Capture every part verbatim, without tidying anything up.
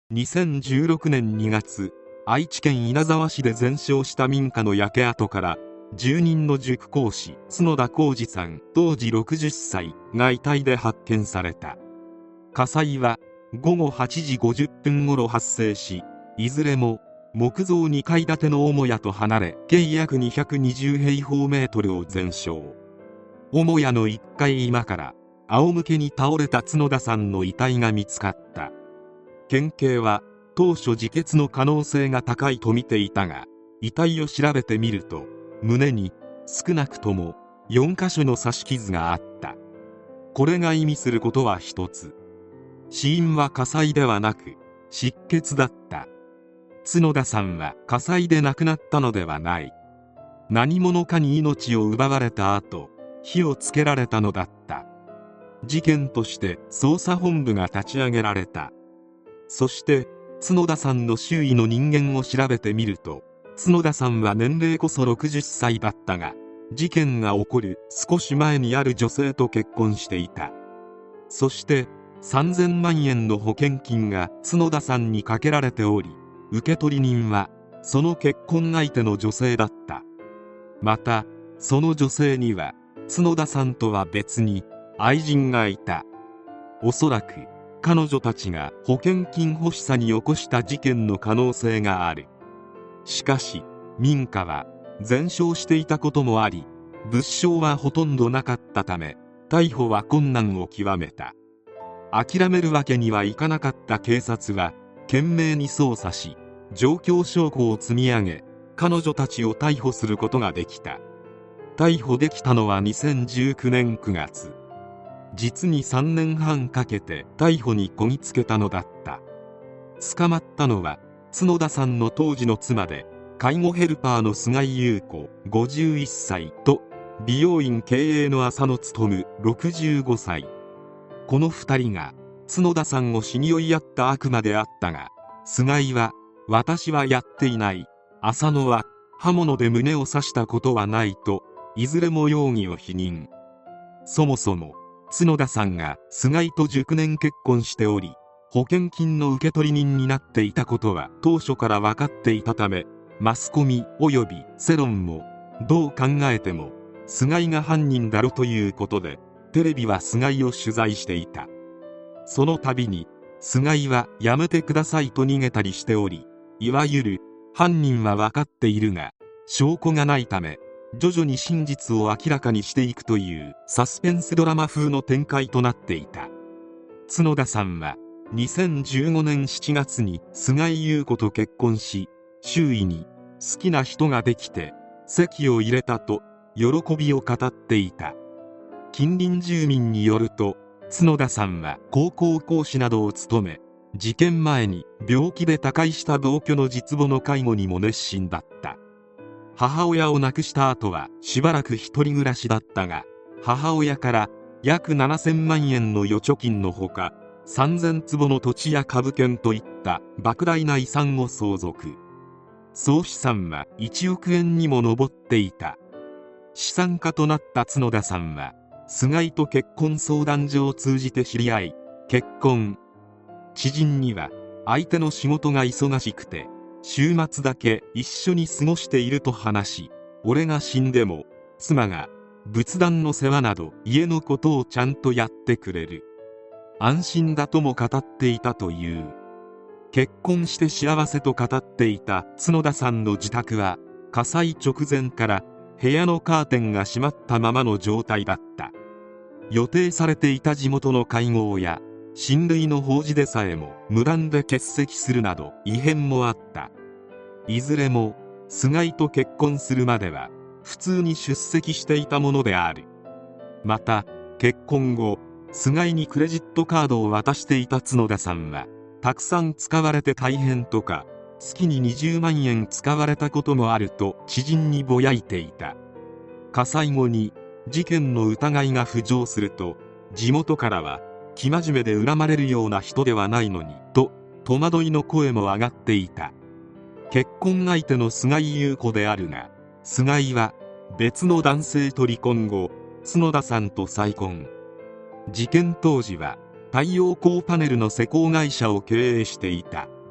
にせんじゅうろくねんにがつ、愛知県稲沢市で全焼した民家の焼け跡から住人の塾講師角田浩二さん当時ろくじゅっさいが遺体で発見された。火災はごごはちじごじゅっぷん頃発生し、いずれも木造にかい建ての母屋と離れ計約にひゃくにじゅうへいほうメートルを全焼。母屋のいっかい居間から仰向けに倒れた角田さんの遺体が見つかった。県警は当初自決の可能性が高いと見ていたが、遺体を調べてみると胸に少なくともよんかしょの刺し傷があった。これが意味することは一つ、死因は火災ではなく失血だった。角田さんは火災で亡くなったのではない。何者かに命を奪われた後、火をつけられたのだった。事件として捜査本部が立ち上げられた。そして角田さんの周囲の人間を調べてみると、角田さんは年齢こそろくじゅっさいだったが、事件が起こる少し前にある女性と結婚していた。そしてさんぜんまんえんの保険金が角田さんにかけられており、受取人はその結婚相手の女性だった。またその女性には角田さんとは別に愛人がいた。おそらく彼女たちが保険金欲しさに起こした事件の可能性がある。しかし民家は全焼していたこともあり、物証はほとんどなかったため逮捕は困難を極めた。諦めるわけにはいかなかった警察は懸命に捜査し、状況証拠を積み上げ、彼女たちを逮捕することができた。逮捕できたのはにせんじゅうきゅうねんくがつ。実にさんねんはんかけて逮捕にこぎつけたのだった。捕まったのは角田さんの当時の妻で介護ヘルパーの菅井優子ごじゅういっさいと美容院経営の浅野勉ろくじゅうごさい。このふたりが角田さんを死に追いやった悪魔であったが、菅井は私はやっていない、浅野は刃物で胸を刺したことはないといずれも容疑を否認。そもそも角田さんが菅井と熟年結婚しており、保険金の受取人になっていたことは当初から分かっていたため、マスコミおよび世論もどう考えても菅井が犯人だろということで、テレビは菅井を取材していた。その度に菅井はやめてくださいと逃げたりしており、いわゆる犯人は分かっているが証拠がないため徐々に真実を明らかにしていくというサスペンスドラマ風の展開となっていた。角田さんはにせんじゅうごねんしちがつに菅井優子と結婚し、周囲に好きな人ができて籍を入れたと喜びを語っていた。近隣住民によると、角田さんは高校講師などを務め、事件前に病気で他界した同居の実母の介護にも熱心だった。母親を亡くした後はしばらく一人暮らしだったが、母親から約ななせんまんえんの預貯金のほかさんぜんつぼの土地や株券といった莫大な遺産を相続。総資産はいちおくえんにも上っていた。資産家となった角田さんは菅井と結婚相談所を通じて知り合い結婚。知人には相手の仕事が忙しくて週末だけ一緒に過ごしていると話し、俺が死んでも妻が仏壇の世話など家のことをちゃんとやってくれる、安心だとも語っていたという。結婚して幸せと語っていた角田さんの自宅は火災直前から部屋のカーテンが閉まったままの状態だった。予定されていた地元の会合や親類の法事でさえも無断で欠席するなど異変もあった。いずれも菅井と結婚するまでは普通に出席していたものである。また結婚後、菅井にクレジットカードを渡していた角田さんは、たくさん使われて大変とか月ににじゅうまんえん使われたこともあると知人にぼやいていた。火災後に事件の疑いが浮上すると、地元からは生真面目で恨まれるような人ではないのにと戸惑いの声も上がっていた。結婚相手の菅井優子であるが、菅井は別の男性と離婚後角田さんと再婚。事件当時は太陽光パネルの施工会社を経営していた。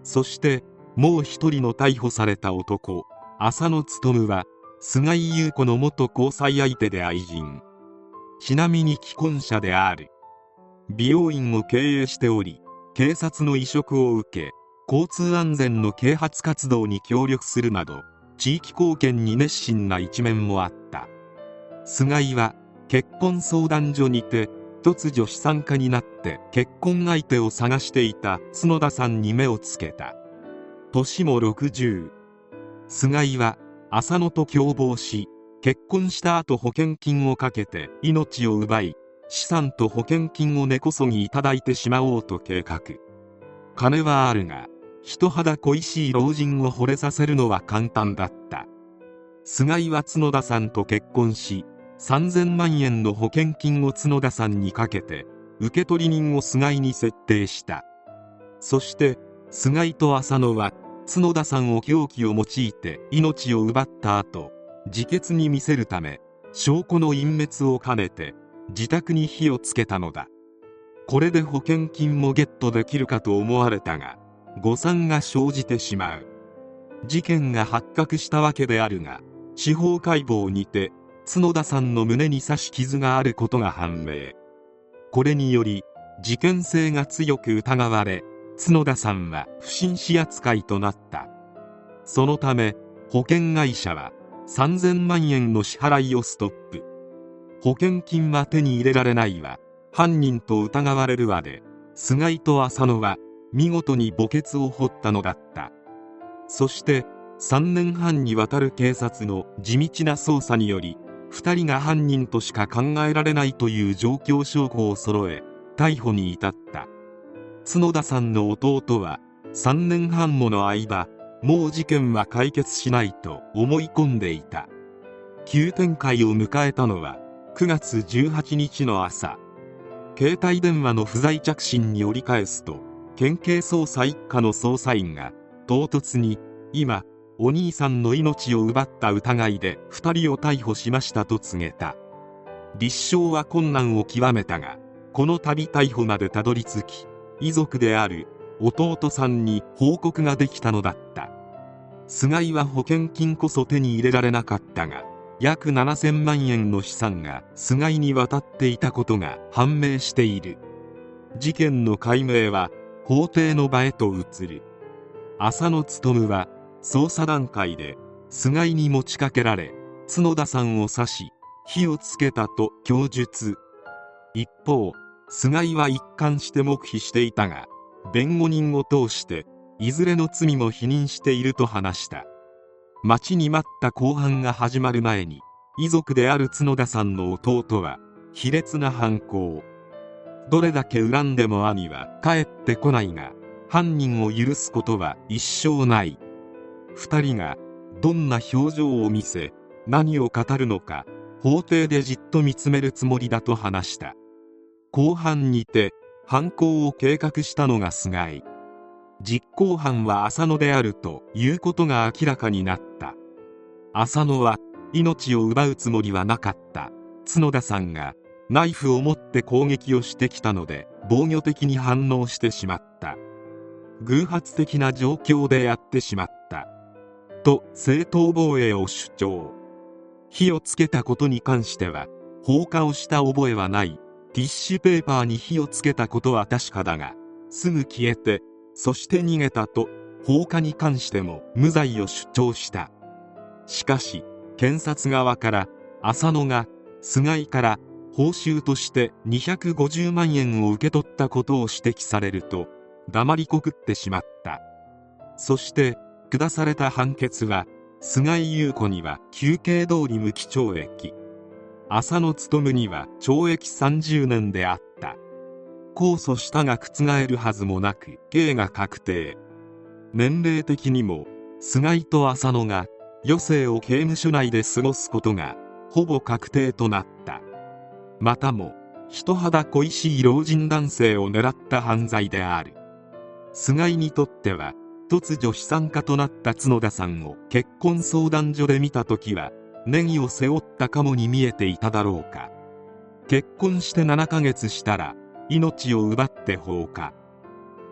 そしてもう一人の逮捕された男、浅野勉は菅井友子の元交際相手で愛人、ちなみに既婚者である。美容院を経営しており、警察の委嘱を受け交通安全の啓発活動に協力するなど地域貢献に熱心な一面もあった。菅井は結婚相談所にて突如資産家になって結婚相手を探していた角田さんに目をつけた。年もろくじゅう。菅井は浅野と共謀し、結婚した後保険金をかけて命を奪い、資産と保険金を根こそぎいただいてしまおうと計画。金はあるが人肌恋しい老人を惚れさせるのは簡単だった。菅井は角田さんと結婚し、さんぜんまんえんの保険金を角田さんにかけて受取人を菅井に設定した。そして菅井と浅野は角田さんを凶器を用いて命を奪った後、自決に見せるため証拠の隠滅を兼ねて自宅に火をつけたのだ。これで保険金もゲットできるかと思われたが誤算が生じてしまう。事件が発覚したわけであるが、司法解剖にて角田さんの胸に刺し傷があることが判明。これにより事件性が強く疑われ、角田さんは不審死扱いとなった。そのため保険会社はさんぜんまんえんの支払いをストップ。保険金は手に入れられないわ、犯人と疑われるわで、菅井と浅野は見事に墓穴を掘ったのだった。そしてさんねんはんにわたる警察の地道な捜査により、ふたりが犯人としか考えられないという状況証拠を揃え逮捕に至った。角田さんの弟はさんねんはんもの間、もう事件は解決しないと思い込んでいた。急展開を迎えたのはくがつじゅうはちにちの朝、携帯電話の不在着信に折り返すと、県警捜査一課の捜査員が唐突に今お兄さんの命を奪った疑いでふたりを逮捕しましたと告げた。立証は困難を極めたが、この度逮捕までたどり着き、遺族である弟さんに報告ができたのだった。菅井は保険金こそ手に入れられなかったが、約ななせんまんえんの資産が菅井に渡っていたことが判明している。事件の解明は法廷の場へと移る。浅野勉は捜査段階で菅井に持ちかけられ、角田さんを刺し火をつけたと供述。一方菅井は一貫して黙秘していたが、弁護人を通していずれの罪も否認していると話した。待ちに待った公判が始まる前に、遺族である角田さんの弟は卑劣な犯行、どれだけ恨んでも兄は帰ってこないが犯人を許すことは一生ない。二人がどんな表情を見せ何を語るのか、法廷でじっと見つめるつもりだと話した。公判にて犯行を計画したのが菅井、実行犯は浅野であるということが明らかになった。浅野は命を奪うつもりはなかった。角田さんがナイフを持って攻撃をしてきたので防御的に反応してしまった。偶発的な状況でやってしまったと正当防衛を主張。火をつけたことに関しては放火をした覚えはない。ティッシュペーパーに火をつけたことは確かだがすぐ消えて、そして逃げたと放火に関しても無罪を主張した。しかし検察側から浅野が菅井から報酬としてにひゃくごじゅうまんえんを受け取ったことを指摘されると黙りこくってしまった。そして下された判決は、菅井友子には求刑通り無期懲役、浅野勉には懲役さんじゅうねんであった。控訴したが覆るはずもなく刑が確定。年齢的にも菅井と浅野が余生を刑務所内で過ごすことがほぼ確定となった。またも人肌恋しい老人男性を狙った犯罪である。菅井にとっては突如資産家となった角田さんを結婚相談所で見た時はネギを背負ったかもに見えていただろうか。結婚してななかげつしたら命を奪って放火。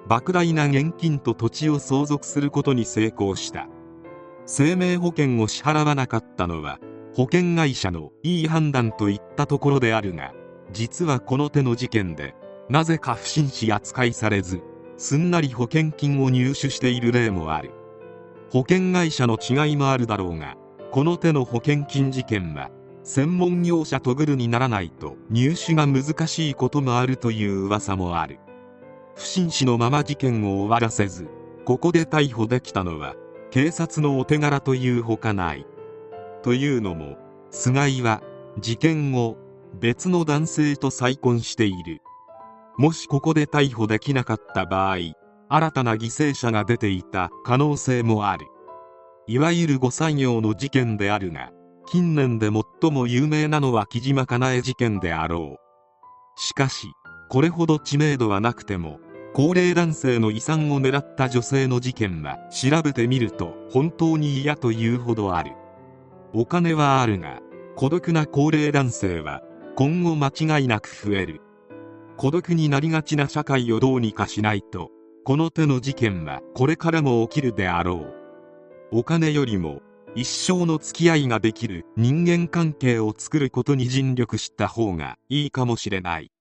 莫大な現金と土地を相続することに成功した。生命保険を支払わなかったのは保険会社のいい判断といったところであるが、実はこの手の事件でなぜか不審死扱いされず、すんなり保険金を入手している例もある。保険会社の違いもあるだろうが、この手の保険金事件は専門業者とグルにならないと入手が難しいこともあるという噂もある。不審死のまま事件を終わらせず、ここで逮捕できたのは警察のお手柄というほかない。というのも、菅井は事件後別の男性と再婚している。もしここで逮捕できなかった場合、新たな犠牲者が出ていた可能性もある。いわゆる誤作業の事件であるが、近年で最も有名なのは木島かなえ事件であろう。しかしこれほど知名度はなくても、高齢男性の遺産を狙った女性の事件は調べてみると本当に嫌というほどある。お金はあるが、孤独な高齢男性は今後間違いなく増える。孤独になりがちな社会をどうにかしないと、この手の事件はこれからも起きるであろう。お金よりも一生の付き合いができる人間関係を作ることに尽力した方がいいかもしれない。